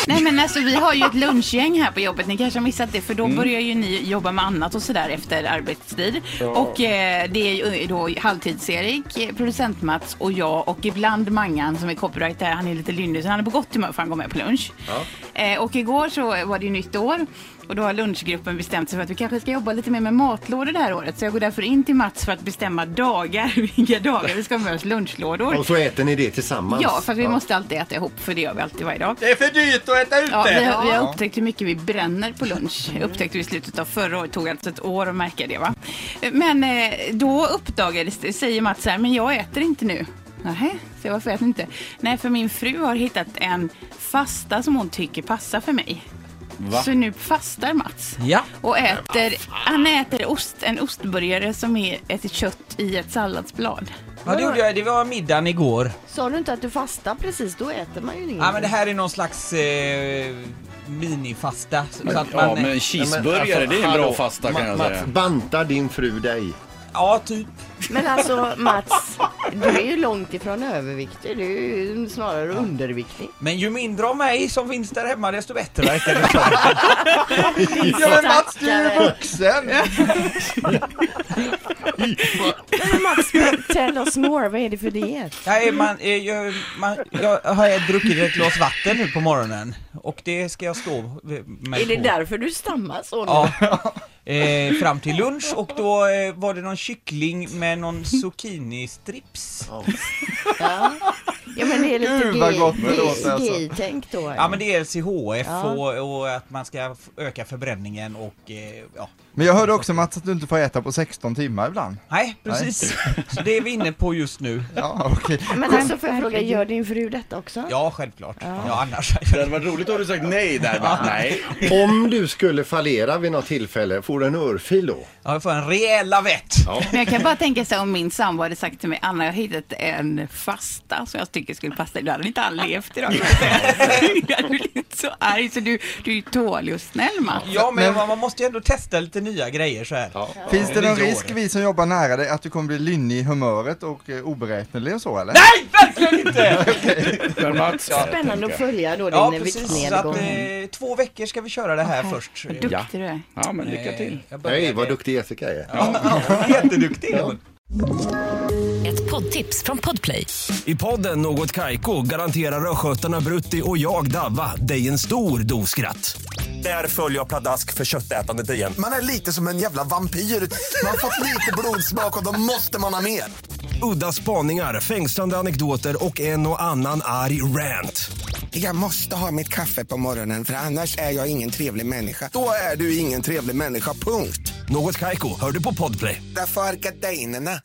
Nej, men alltså vi har ju ett lunchgäng här på jobbet. Ni kanske har missat det, för då börjar ju ni jobba med annat och sådär efter arbetstid. Och det är ju då halvtids-Erik, producent Mats och jag och ibland Mangan som är copywriter. Han är lite lynnig så han är på gott humör för han går med på lunch. Och igår så var det ju nytt år. Och då har lunchgruppen bestämt sig för att vi kanske ska jobba lite mer med matlådor det här året. Så jag går därför in till Mats för att bestämma vilka dagar vi ska ha med oss lunchlådor. Och så äter ni det tillsammans? Ja, för att vi måste alltid äta ihop, för det gör vi alltid varje dag. Det är för dyrt att äta ute. Ja, vi har upptäckt hur mycket vi bränner på lunch. Upptäckte vi i slutet av förra året, tog alltså ett år att märka det, va? Men då uppdagades det, säger Mats här, men jag äter inte nu. Nej, så varför äter inte? Nej, för min fru har hittat en fasta som hon tycker passar för mig. Va? Så nu fastar Mats. Ja. Och han äter en ostburgare som är ett kött i ett salladsblad. Ja, det gjorde jag. Det var middagen igår. Sa du inte att du fastar precis? Då äter man ju ingenting. Ja, men det här är någon slags minifasta. Så att man, men cheeseburgare, det är en bra fasta kan jag säga. Mats, bantar din fru dig? Ja, typ. Men alltså Mats, du är ju långt ifrån överviktig. Du är ju snarare underviktig. Men ju mindre av mig som finns där hemma, desto bättre verkar det som. Ja, men Mats, du är ju vuxen. Men Mats, tell us more. Vad är det för diet? Jag har druckit ett glas vatten nu på morgonen. Och det ska jag stå med. Är det därför du stammar så? Ja. Fram till lunch. Och då var det någon kyckling med någon zucchini-strips. Ja, men det är lite gay-tänk då. Ja, men det är LCHF och att man ska öka förbränningen och ja. Men jag hörde också, Mats, att du inte får äta på 16 timmar ibland. Nej, precis. Så det är vi inne på just nu. Ja, okej. Men alltså får jag fråga, gör din fru detta också? Ja, självklart. Ja, annars. Det hade varit roligt om du sagt nej där. Ja. Nej. Om du skulle fallera vid något tillfälle, får du en örfil då? Ja, jag får en rejäl lavett. Ja. Men jag kan bara tänka sig om min sambo hade sagt till mig, Anna, jag har hittat en fasta som jag tycker skulle passa dig. Du hade inte han levt idag. Jag är inte så arg, så du är ju tålig och snäll, Mats. Ja, men man måste ju ändå testa lite nya grejer så här. Ja. Finns det någon risk, vi som jobbar nära dig, att du kommer bli lynnig i humöret och oberäknelig och så, eller? Nej, verkligen inte! Mats, spännande att följa då din viktnedgång. Så att 2 veckor ska vi köra det här först. Vad duktig du är. Ja, men lycka till. Nej, vad duktig Jessica är. Ja, jätteduktig. Ja. Ett poddtips från Podplay. I podden Något Kaiko garanterar röskötarna Brutti och jag Davva dig en stor doskratt. Där följer jag pladask för köttätandet igen. Man är lite som en jävla vampyr. Man har fått lite blodsmak och då måste man ha mer. Udda spaningar, fängslande anekdoter och en och annan arg rant. Jag måste ha mitt kaffe på morgonen för annars är jag ingen trevlig människa. Då är du ingen trevlig människa, punkt. Något Kaiko, hör du på Podplay. Därför är gardinerna.